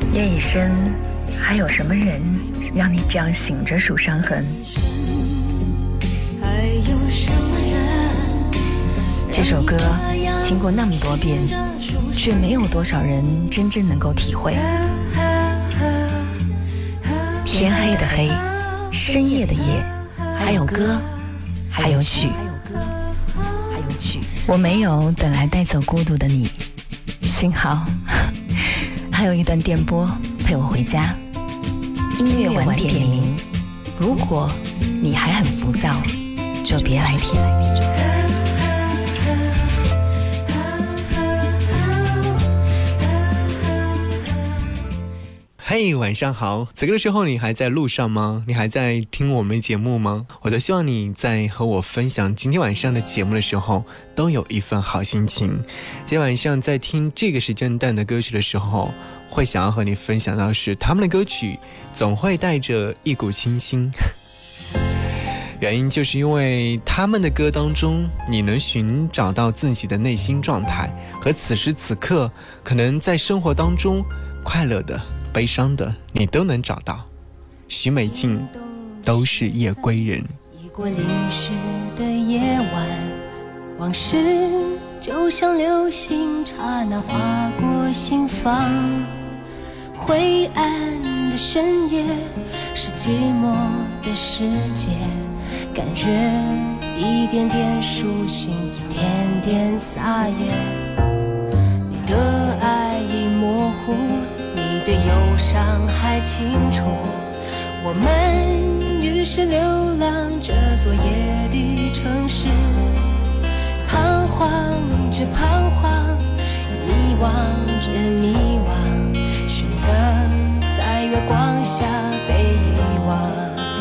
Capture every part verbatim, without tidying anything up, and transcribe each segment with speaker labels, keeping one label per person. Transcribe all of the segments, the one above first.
Speaker 1: 夜已深，还有什么人让你这样醒着数伤痕？
Speaker 2: 还有什么人？
Speaker 1: 这首歌听过那么多遍，却没有多少人真正能够体会。天黑的黑，深夜的夜，还有歌，还有曲，还有曲。我没有等来带走孤独的你，幸好还有一段电波陪我回家。音乐晚点名，如果你还很浮躁，就别来听。
Speaker 3: 嘿、hey, 晚上好，此刻的时候你还在路上吗？你还在听我们节目吗？我都希望你在和我分享今天晚上的节目的时候都有一份好心情。今天晚上在听这个时间段的歌曲的时候，会想要和你分享到是他们的歌曲总会带着一股清新，原因就是因为他们的歌当中你能寻找到自己的内心状态和此时此刻可能在生活当中快乐的悲伤的你都能找到。许美静都是夜归人。
Speaker 2: 已过淋湿的夜晚，往事就像流星刹那划过心房，灰暗的深夜是寂寞的世界，感觉一点点苏醒，一点点撒野。你的爱已模糊，你的忧伤还清楚，我们于是流浪这座夜的城市，彷徨着彷徨，迷惘着迷惘，选择在月光下被遗忘。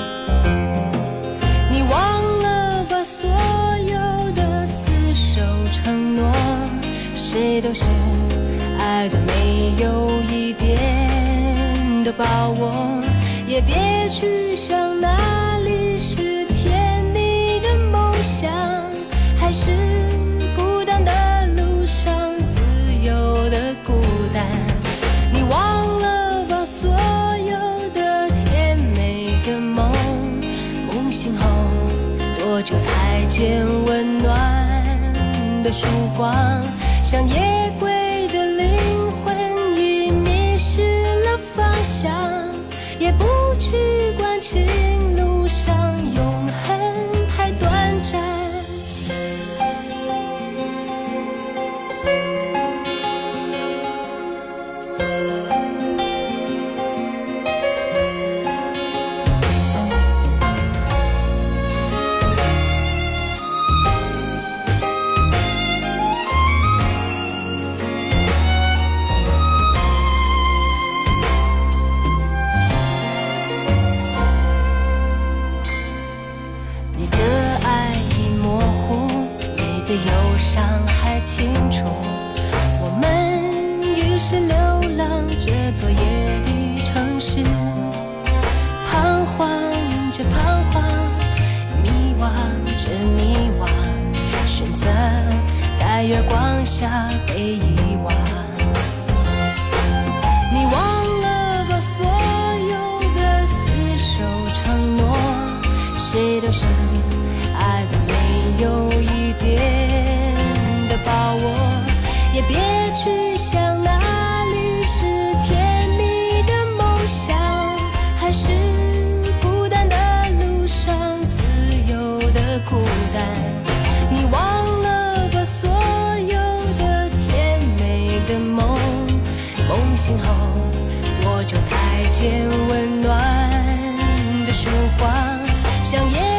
Speaker 2: 你忘了把所有的厮守承诺，谁都是爱的没有一点的把握，也别去想哪里是甜蜜的梦想，还是孤单的路上自由的孤单。你忘了把所有的甜美的梦，梦醒后多久才见温暖的曙光，像夜归的灵魂已迷失了方向，也不去管情路上永恒太短暂。忧伤还清楚，我们于是流浪这座夜的城市，彷徨着彷徨，迷惘着迷惘，选择在月光下被遗忘。你忘了把所有的厮守承诺，谁都是爱的没有一点的把握，也别去想哪里是甜蜜的梦想，还是孤单的路上自由的孤单。你忘了把所有的甜美的梦，梦醒后多久才见温暖的曙光，像夜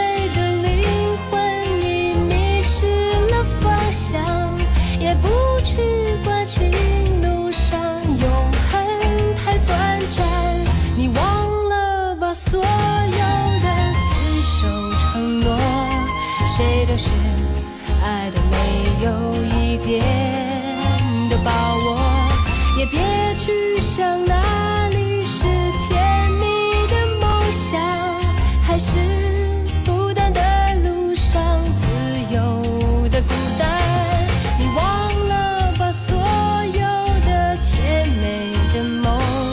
Speaker 2: 也不去管情路上永恒太短暂。你忘了把所有的厮守承诺，谁都是爱的没有一点的把握，也别去想哪里是甜蜜的梦想，还是孤单的路上自由的孤单。你忘了把所有的甜美的梦，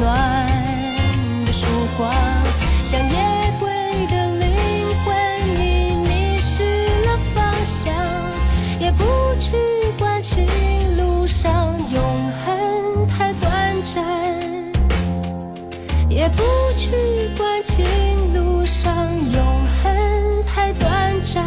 Speaker 2: 暖的曙光，像夜归的灵魂已迷失了方向，也不去管情路上永恒太短暂，也不去管情路上永恒太短暂。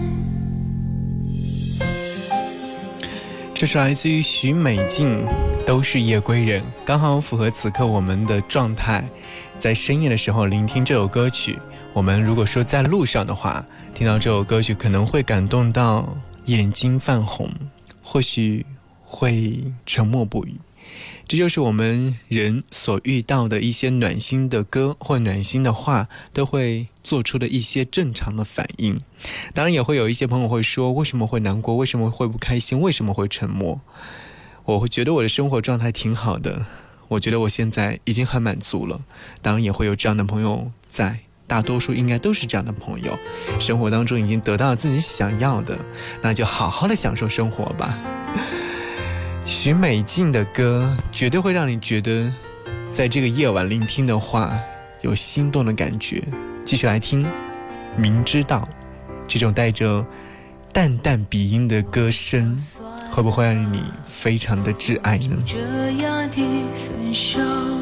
Speaker 3: 这是来自于许美静，都是夜归人，刚好符合此刻我们的状态。在深夜的时候聆听这首歌曲，我们如果说在路上的话，听到这首歌曲可能会感动到眼睛泛红，或许会沉默不语。这就是我们人所遇到的一些暖心的歌或暖心的话都会做出的一些正常的反应。当然也会有一些朋友会说，为什么会难过，为什么会不开心，为什么会沉默。我会觉得我的生活状态挺好的，我觉得我现在已经很满足了。当然也会有这样的朋友在，大多数应该都是这样的朋友，生活当中已经得到了自己想要的，那就好好的享受生活吧。许美静的歌绝对会让你觉得在这个夜晚聆听的话有心动的感觉。继续来听明知道，这种带着淡淡鼻音的歌声会不会让你非常的挚爱呢？
Speaker 2: 这样的分手，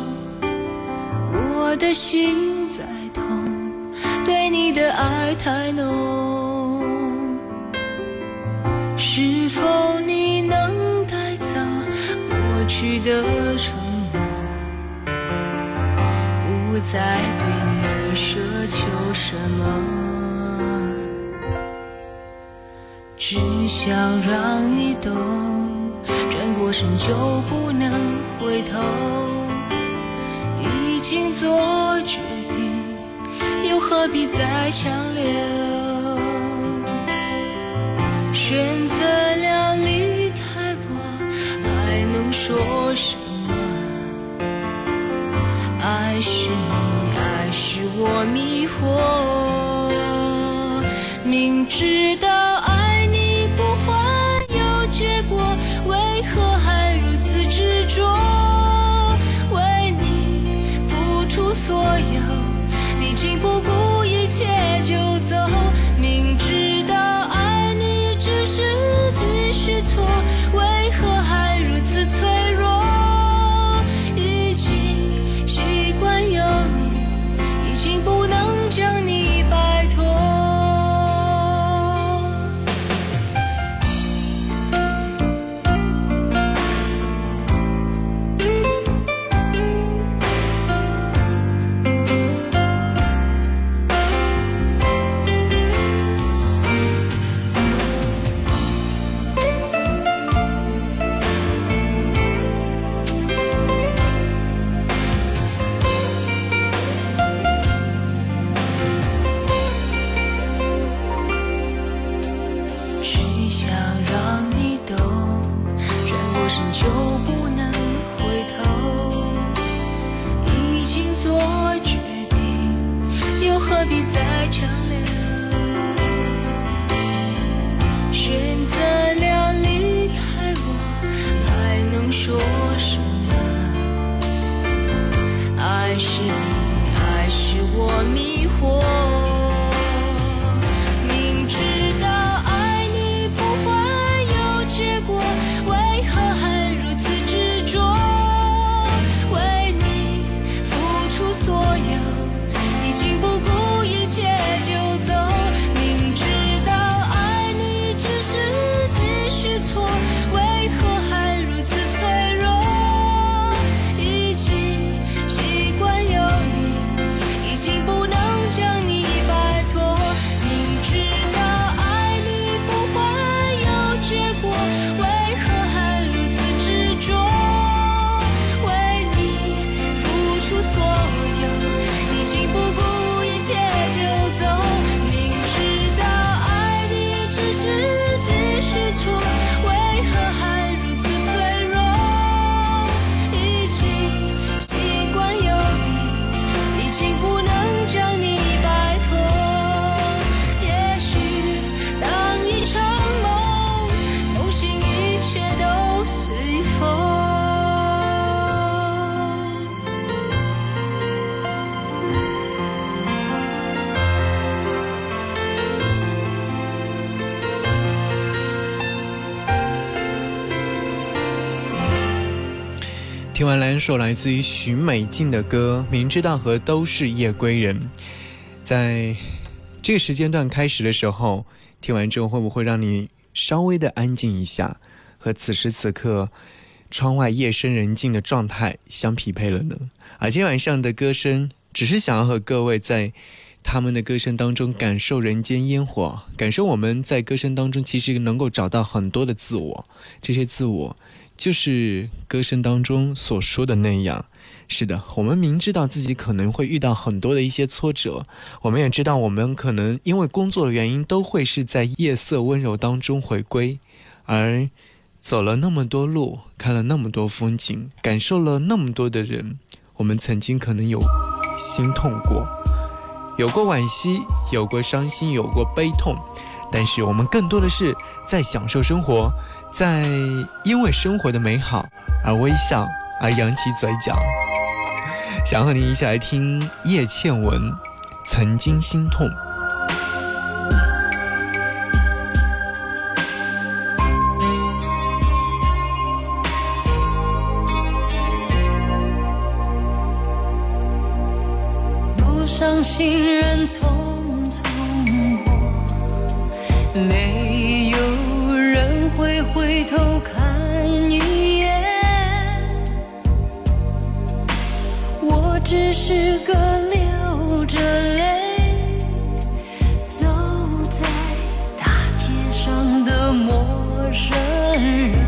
Speaker 2: 我的心在痛，对你的爱太浓，是否你能带走过去的承诺，不再对你奢求什么，只想让你懂，转过身就不能回头，已经做决定，又何必再强留，选择了离开我，还能说什么？爱是你，爱是我迷惑，明知道爱你不会有结果，为何还如此执着？为你付出所有，你竟不顾一切就走，明知道爱你只是继续错，为何还如此脆弱？已经习惯有你，已经不能将你摆脱。已经不顾一切
Speaker 3: 听完两首来自于许美静的歌，明知道和都是夜归人。在这个时间段开始的时候，听完之后会不会让你稍微的安静一下，和此时此刻窗外夜深人静的状态相匹配了呢？而今天晚上的歌声只是想要和各位在他们的歌声当中感受人间烟火，感受我们在歌声当中其实能够找到很多的自我，这些自我就是歌声当中所说的那样。是的，我们明知道自己可能会遇到很多的一些挫折，我们也知道我们可能因为工作的原因都会是在夜色温柔当中回归，而走了那么多路，看了那么多风景，感受了那么多的人，我们曾经可能有心痛过，有过惋惜，有过伤心，有过悲痛，但是我们更多的是在享受生活，在因为生活的美好而微笑，而扬起嘴角。想和你一起来听叶倩文《曾经心痛》。
Speaker 2: 路上行人匆匆过，没有人会回头看一眼，我只是个流着泪走在大街上的陌生人。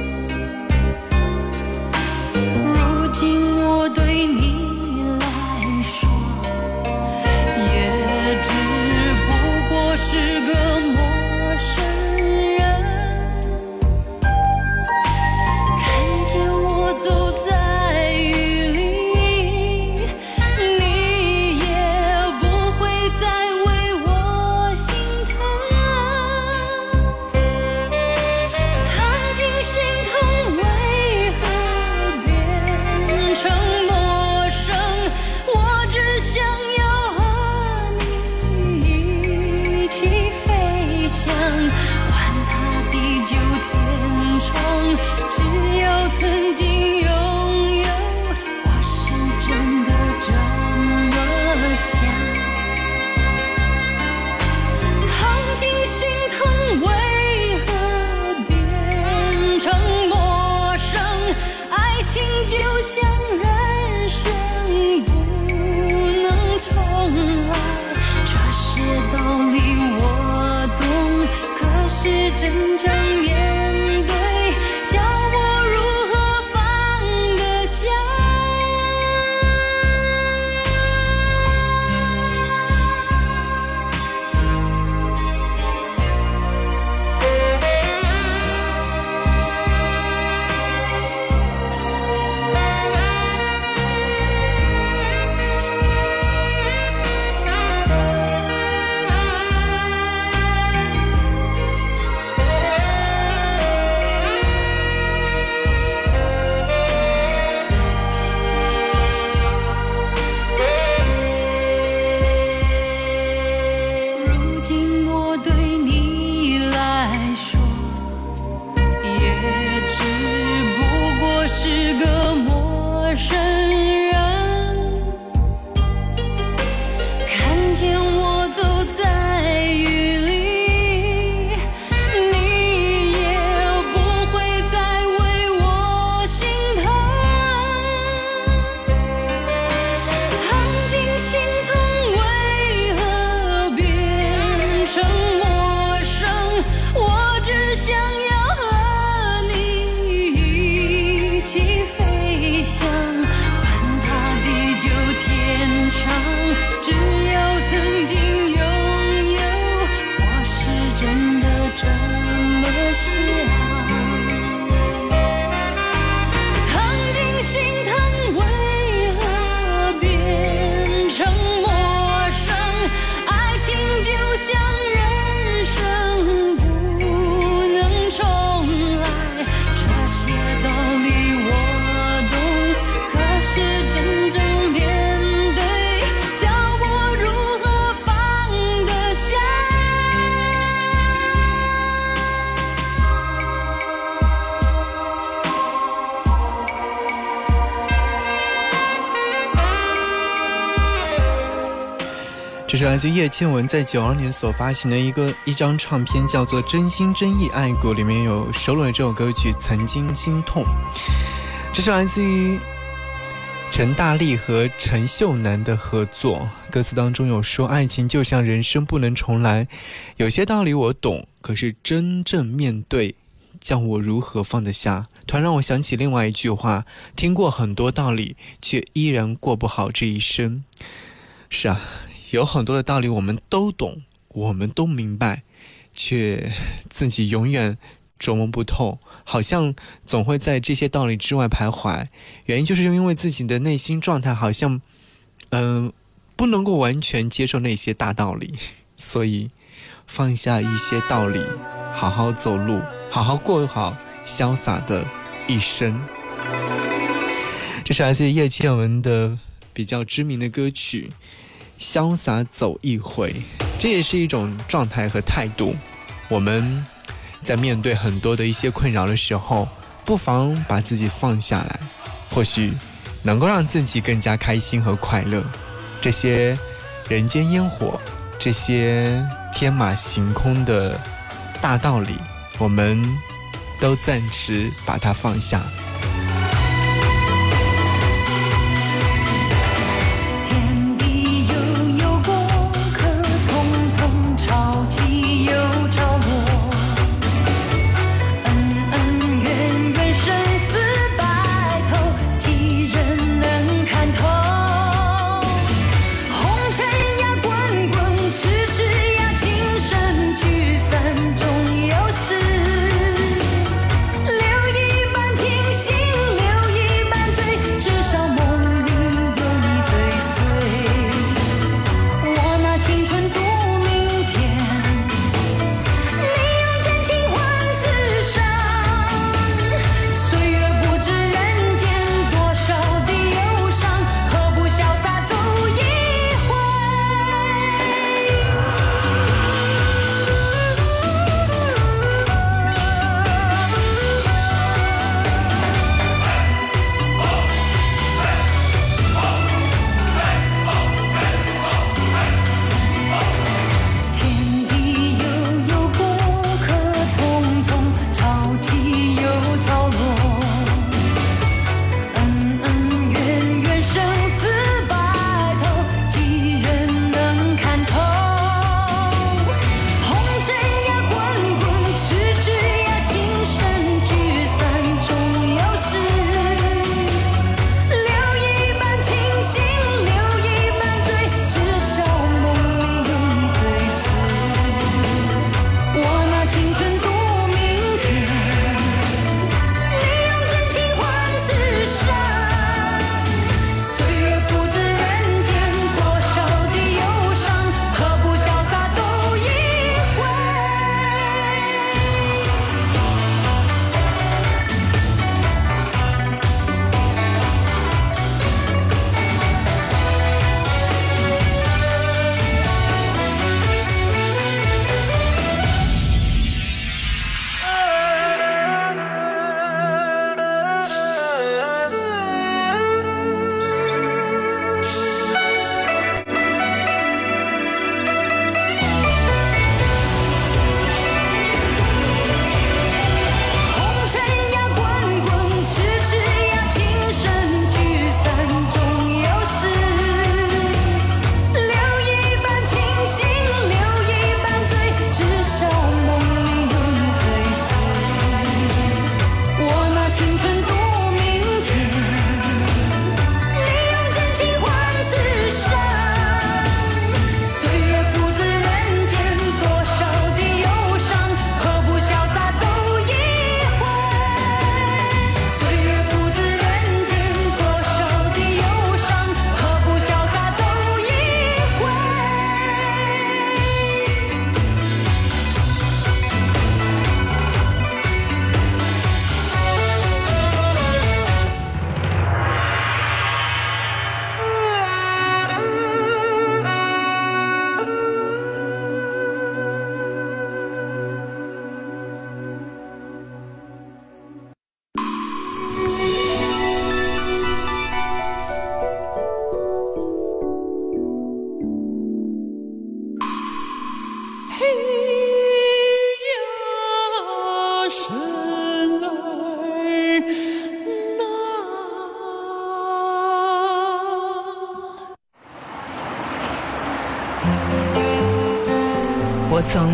Speaker 2: 如今我对你来说也只不过是个陌生人，看见我走在雨里，你也不会再为我心疼。曾经心痛为何变成陌生，我只想要和你一起飞翔，管它地久天长，只要曾经拥有，我是真的这么想。曾经心疼为何变成陌生，爱情就像人生不能重来，这些道理我懂，可是真正面对，叫我如何放得下。
Speaker 3: 这是来自叶倩文在九二年所发行的一个一张唱片，叫做《真心真意爱过》，里面有收录了这首歌曲《曾经心痛》。这是来自于陈大力和陈秀楠的合作，歌词当中有说，爱情就像人生不能重来，有些道理我懂，可是真正面对，叫我如何放得下。突然让我想起另外一句话，听过很多道理，却依然过不好这一生。是啊，有很多的道理我们都懂，我们都明白，却自己永远琢磨不透，好像总会在这些道理之外徘徊。原因就是因为自己的内心状态好像嗯、呃，不能够完全接受那些大道理，所以放下一些道理，好好走路，好好过好潇洒的一生。这是来自叶倩文的比较知名的歌曲《潇洒走一回》，这也是一种状态和态度。我们在面对很多的一些困扰的时候，不妨把自己放下来，或许能够让自己更加开心和快乐。这些人间烟火，这些天马行空的大道理，我们都暂时把它放下。
Speaker 2: 总有时留一半清醒。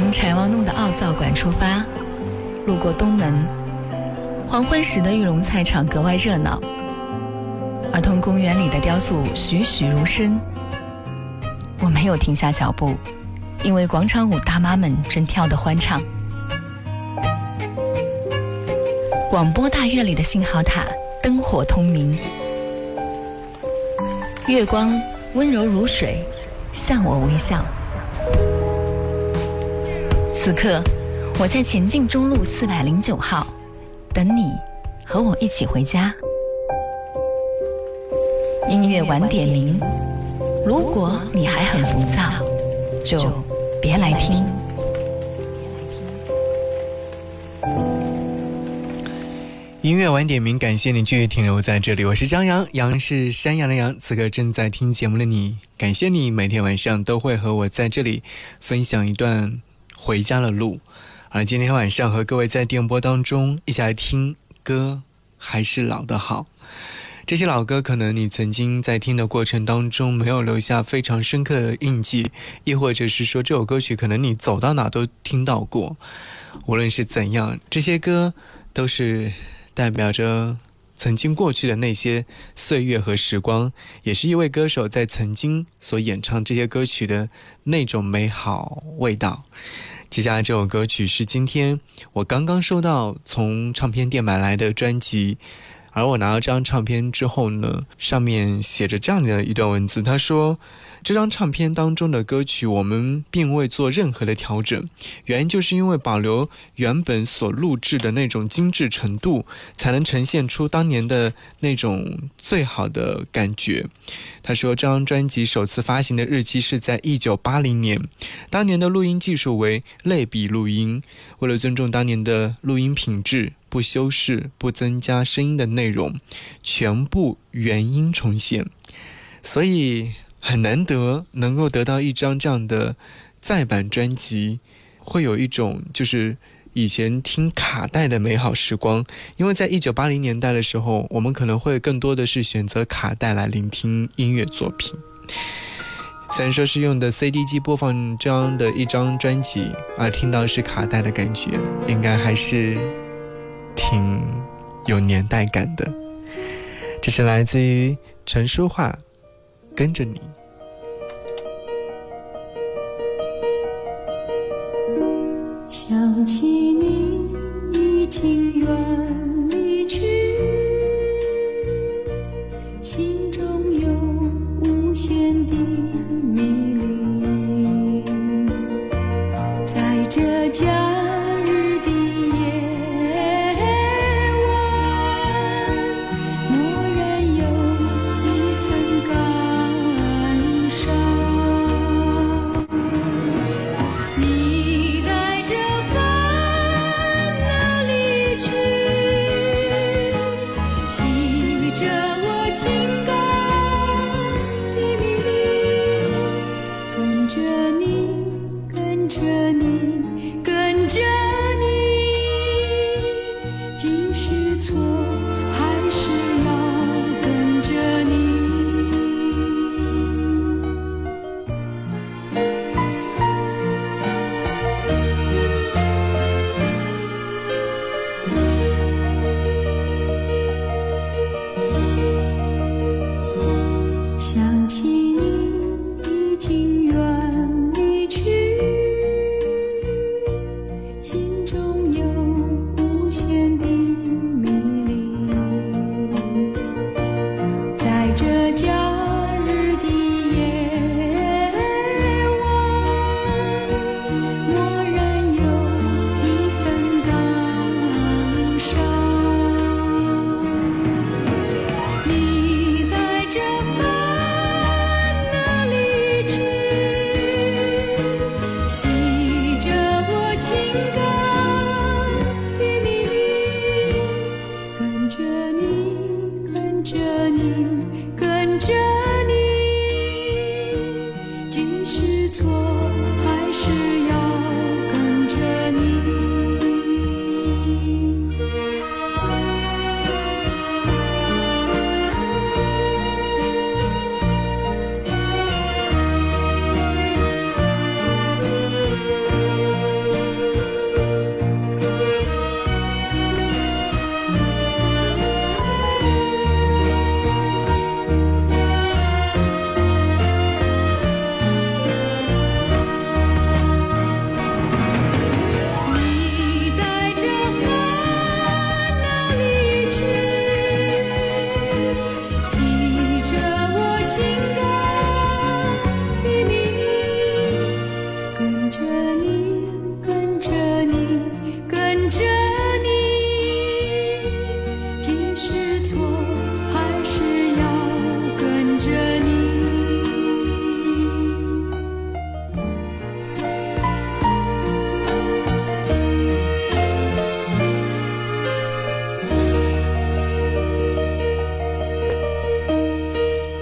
Speaker 1: 从柴王弄的奥灶馆出发，路过东门，黄昏时的玉龙菜场格外热闹，儿童公园里的雕塑栩栩如生。我没有停下脚步，因为广场舞大妈们正跳得欢畅。广播大院里的信号塔灯火通明，月光温柔如水，向我微笑。此刻我在前进中路四百零九号，等你和我一起回家。音乐晚点名，如果你还很浮躁，就别来听。
Speaker 3: 音乐晚点名，感谢你继续停留在这里，我是张扬，杨是山羊的羊。此刻正在听节目的你，感谢你每天晚上都会和我在这里分享一段回家的路。而今天晚上和各位在电波当中一起来听歌，还是老的好。这些老歌可能你曾经在听的过程当中没有留下非常深刻的印记，亦或者是说这首歌曲可能你走到哪都听到过。无论是怎样，这些歌都是代表着曾经过去的那些岁月和时光，也是一位歌手在曾经所演唱这些歌曲的那种美好味道。接下来这首歌曲是今天我刚刚收到从唱片店买来的专辑，而我拿到这张唱片之后呢，上面写着这样的一段文字，他说这张唱片当中的歌曲我们并未做任何的调整，原因就是因为保留原本所录制的那种精致程度，才能呈现出当年的那种最好的感觉。他说这张专辑首次发行的日期是在一九八零年，当年的录音技术为类比录音，为了尊重当年的录音品质，不修饰不增加声音的内容，全部原音重现，所以很难得能够得到一张这样的再版专辑，会有一种就是以前听卡带的美好时光。因为在一九八零年代的时候，我们可能会更多的是选择卡带来聆听音乐作品，虽然说是用的 C D 机播放这样的一张专辑，而听到的是卡带的感觉，应该还是挺有年代感的。这是来自于陈淑桦，跟着你。
Speaker 2: 想起你已经远离去，心中有无限的迷离，在这假日的夜晚，蓦然有一份感伤。你带着烦恼离去，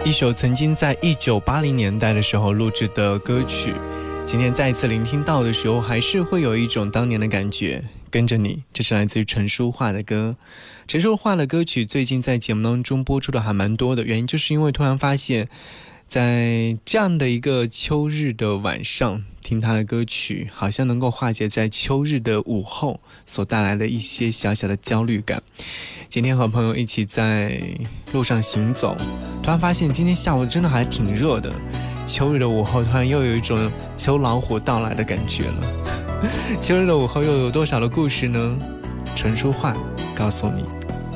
Speaker 3: 一首曾经在一九八零年代的时候录制的歌曲，今天再一次聆听到的时候，还是会有一种当年的感觉。跟着你，这是来自于陈淑桦的歌。陈淑桦的歌曲最近在节目当中播出的还蛮多的，原因就是因为突然发现在这样的一个秋日的晚上听他的歌曲，好像能够化解在秋日的午后所带来的一些小小的焦虑感。今天和朋友一起在路上行走，突然发现今天下午真的还挺热的，秋日的午后突然又有一种秋老虎到来的感觉了。秋日的午后又有多少的故事呢？陈淑桦告诉你。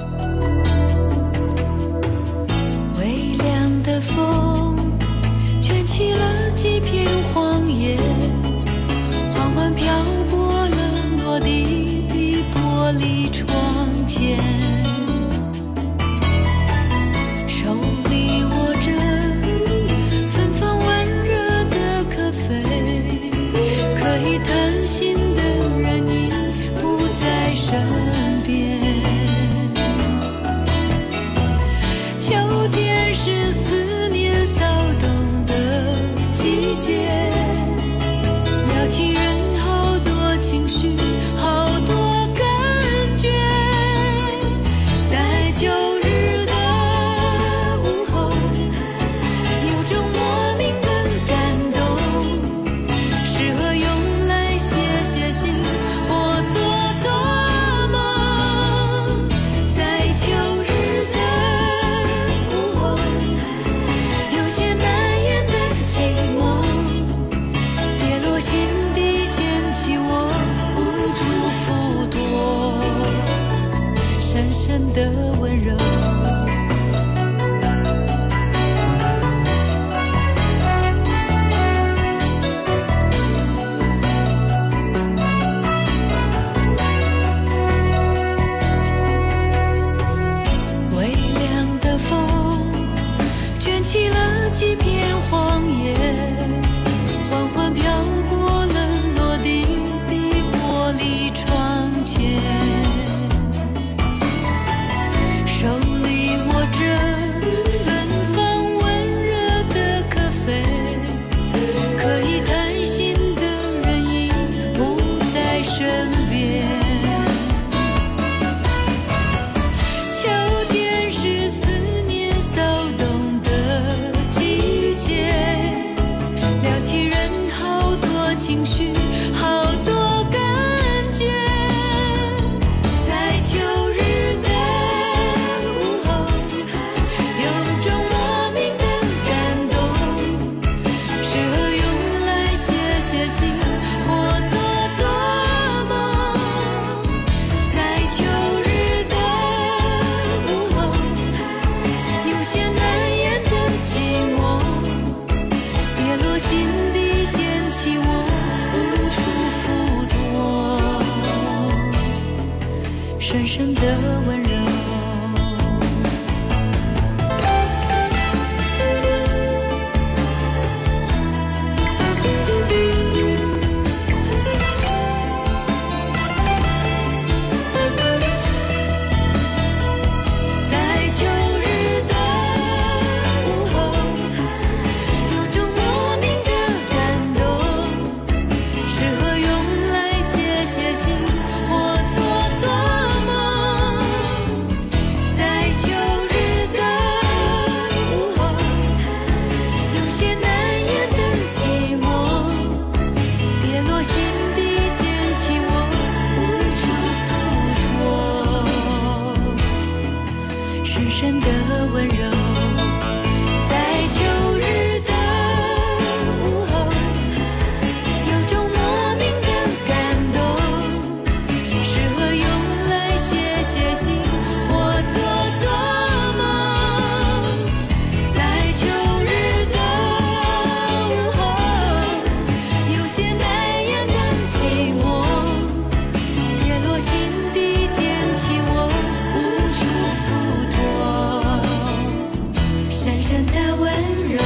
Speaker 2: 微凉的风卷起了几片黄叶，缓缓飘过了落地的玻璃窗前，手里握着芬芳温热的咖啡，可以谈心的人已不在身边。秋天是思念骚动的季节，撩起人好多情绪，好多感觉。在秋日的午后，有种莫名的感动，适合用来写写信或做做梦。在秋日的午后，有些难言的寂寞，跌落心底溅起我无处附躲，深深的温柔。微凉的风卷起了几片黄叶，缓缓飘过了落地的玻璃窗前，手里握着芬芳温热的咖啡，可以谈心的人已不在身边。秋天是思念骚动的季节，撩起人好多情绪，好多感觉。在秋日的午后，有种莫名的感动，适合用来写写信或做做梦。在秋日的午后，有些难言的寂寞，跌落心底溅起我无处附躲，深深的温柔。在秋日的午后，有种莫名的感动，适合用来写写信或做做梦。在秋日的午后，有些难言的寂寞，跌落心底溅起我无处附躲，深深的温柔。在秋日的午后，有种莫名的感动，适合用来写写信或做做梦。在秋日的午后，有些难言的寂寞，跌落心底溅起我无处附躲，深深的温柔。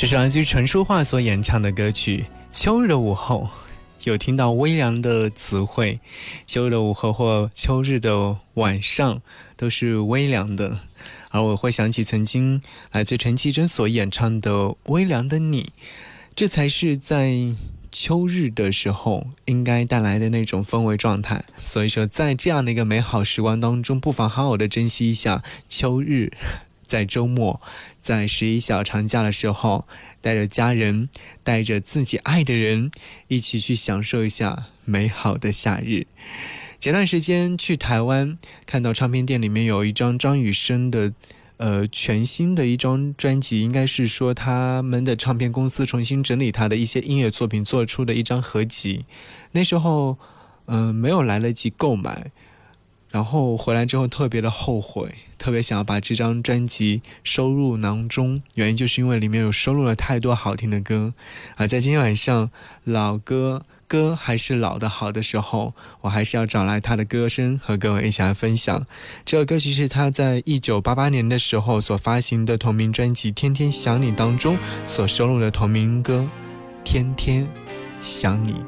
Speaker 3: 这是来自于陈淑桦所演唱的歌曲《秋日的午后》，有听到微凉的词汇，秋日的午后或秋日的晚上都是微凉的，而我会想起曾经来自陈绮贞所演唱的《微凉的你》，这才是在秋日的时候应该带来的那种氛围状态。所以说在这样的一个美好时光当中，不妨好好的珍惜一下秋日，在周末，在十一小长假的时候，带着家人，带着自己爱的人，一起去享受一下美好的夏日。前段时间去台湾，看到唱片店里面有一张张雨生的呃，全新的一张专辑，应该是说他们的唱片公司重新整理他的一些音乐作品做出的一张合集。那时候嗯、呃，没有来得及购买，然后回来之后特别的后悔，特别想要把这张专辑收入囊中，原因就是因为里面有收录了太多好听的歌。而在今天晚上老歌歌还是老的好的时候，我还是要找来他的歌声和各位一起来分享。这首歌曲是他在一九八八年的时候所发行的同名专辑《天天想你》当中所收录的同名歌《天天想你》。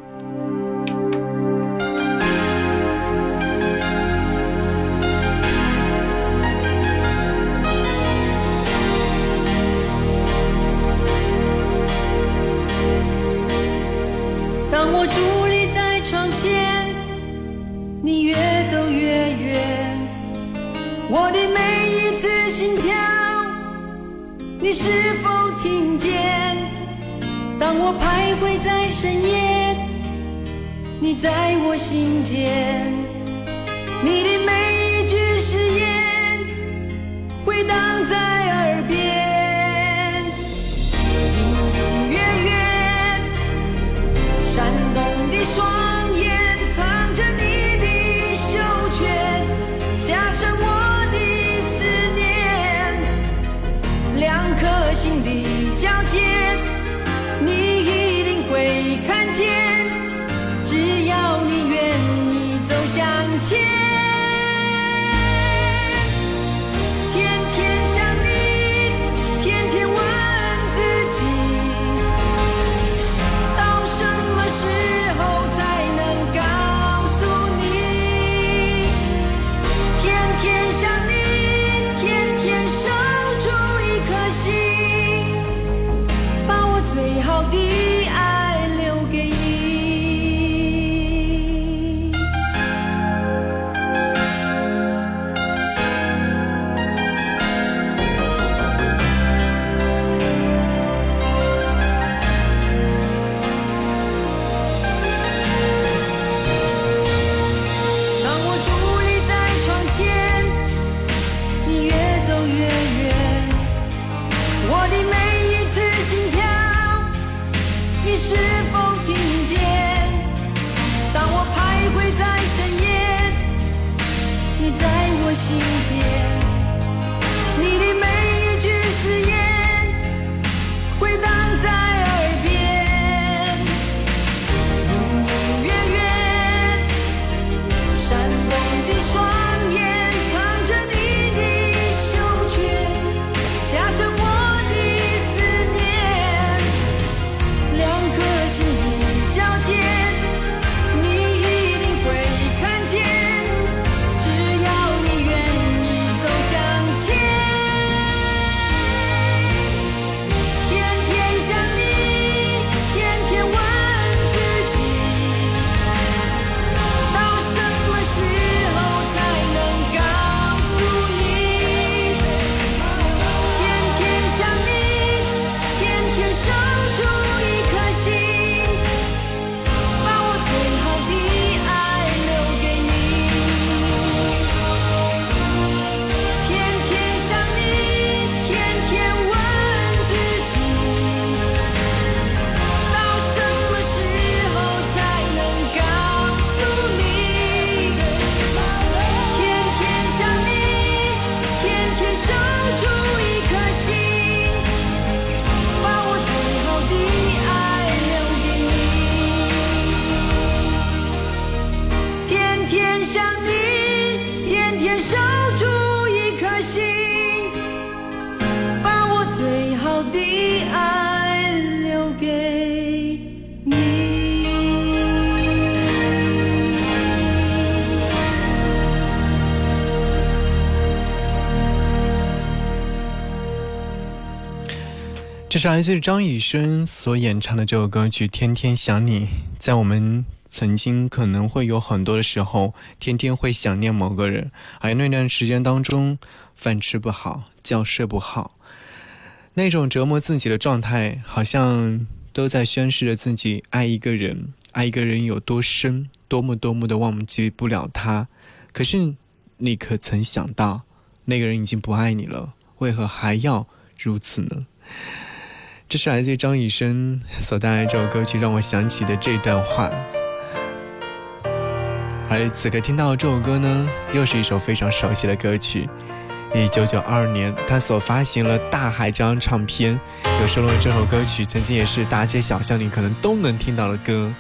Speaker 4: 当我伫立在窗前，你越走越远，我的每一次心跳，你是否听见？当我徘徊在深夜，你在我心田，你的每一句誓言回荡在耳边。闪动的双眼藏着你的袖圈，加上我的思念，两颗心的交界，你一定会看见，只要你愿意走向前。天天想你，天天问自己，时候才能告诉你，天天想你，天天守住一颗心，把我最好的爱留给你。是否听见？当我徘徊在深夜，你在我心田，你的每一句誓言回荡在耳边，隐隐约约，闪动的双眼藏着你的袖圈，加上我最好的爱
Speaker 3: 这是来自张雨生所演唱的这首歌曲《天天想你》。在我们曾经可能会有很多的时候，天天会想念某个人，而那段时间当中，饭吃不好，觉睡不好，那种折磨自己的状态，好像都在宣示着自己爱一个人，爱一个人有多深，多么多么的忘记不了他。可是你可曾想到，那个人已经不爱你了，为何还要如此呢？这是来自张雨生所带来这首歌曲，让我想起的这段话。而此刻听到这首歌呢，又是一首非常熟悉的歌曲。一九九二年，他所发行了《大海》这张唱片，有收录这首歌曲，曾经也是大街小巷里可能都能听到的歌。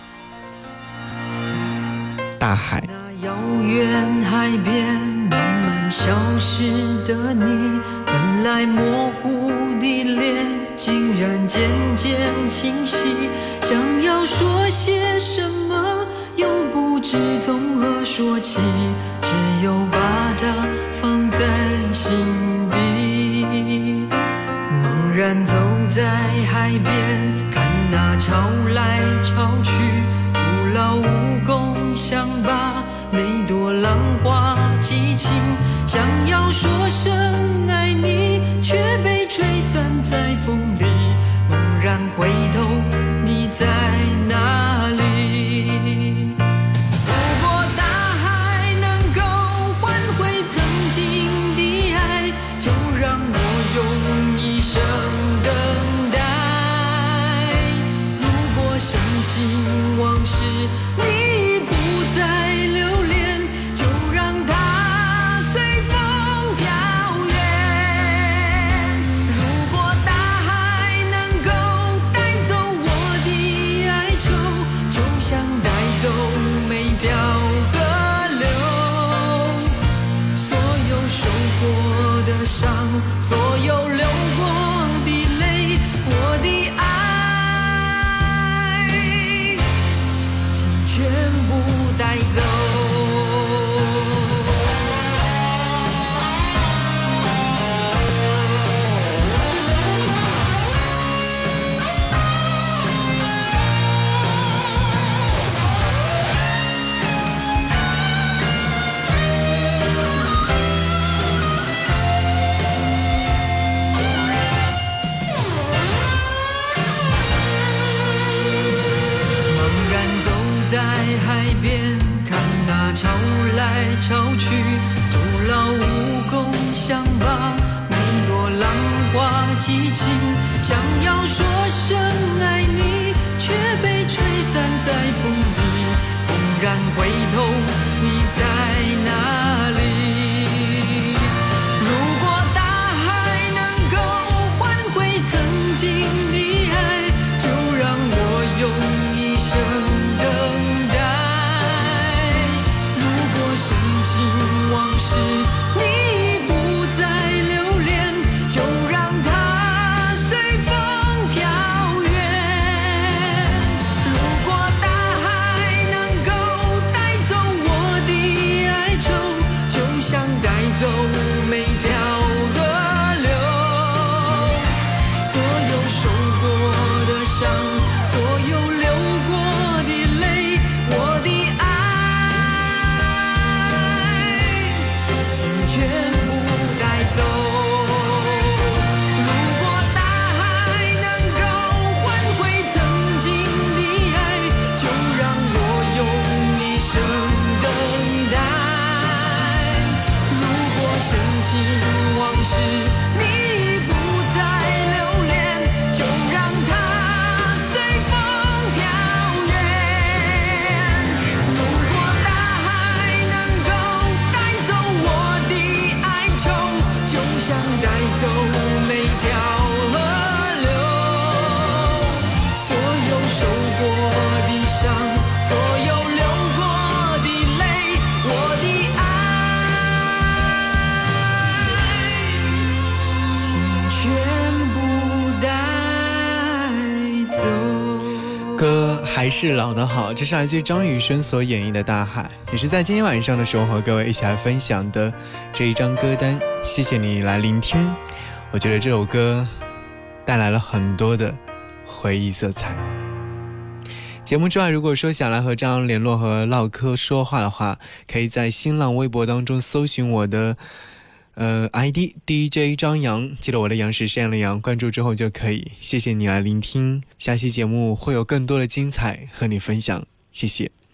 Speaker 3: 大海。
Speaker 4: 那遥远海边慢慢消失的你，本来模糊的脸竟然渐渐清晰，想要说些什么又不知从何说起，只有把它放在心底。茫然走在海边，看那潮来潮去，徒劳无功，想把每朵浪花记清，想要说声爱你，却被吹散在风里。猛然回头，你在哪里？如果大海能够换回曾经的爱，就让我用一生等待。如果深情往事你不再留恋，就让它随风飘远。如果大海能够带走我的哀愁，就像带走每条河流。所有受过的伤，所有流过的泪，我的爱请全部带走。在海边看那潮来潮去，徒劳无功，想把每朵浪花记清，想要说声爱你，却被吹散在风里。猛然回头，你在哪里？如果大海能够换回曾经的爱，就让我用一生往事你不再留恋，就让它随风飘远。如果大海能够带走我的哀愁，就像带走每条河流。所有受过的伤，所有流过的泪，我的爱全部带走。如果大海能够换回曾经的爱，就让我用一生等待。如果深情往事你不再留恋，就让它随风飘远。如果大海能够带走我的哀愁，就像带走每条河流。所有受过的伤，所有流过的泪，我的爱请全部带走。
Speaker 3: 歌还是老的好，这是来自张雨生所演绎的《大海》，也是在今天晚上的时候和各位一起来分享的这一张歌单。谢谢你来聆听，我觉得这首歌带来了很多的回忆色彩。节目之外，如果说想来和张扬联络和唠嗑说话的话，可以在新浪微博当中搜寻我的呃 I D D J 张扬，记得我的杨是山羊的羊，关注之后就可以。谢谢你来聆听，下期节目会有更多的精彩和你分享，谢谢。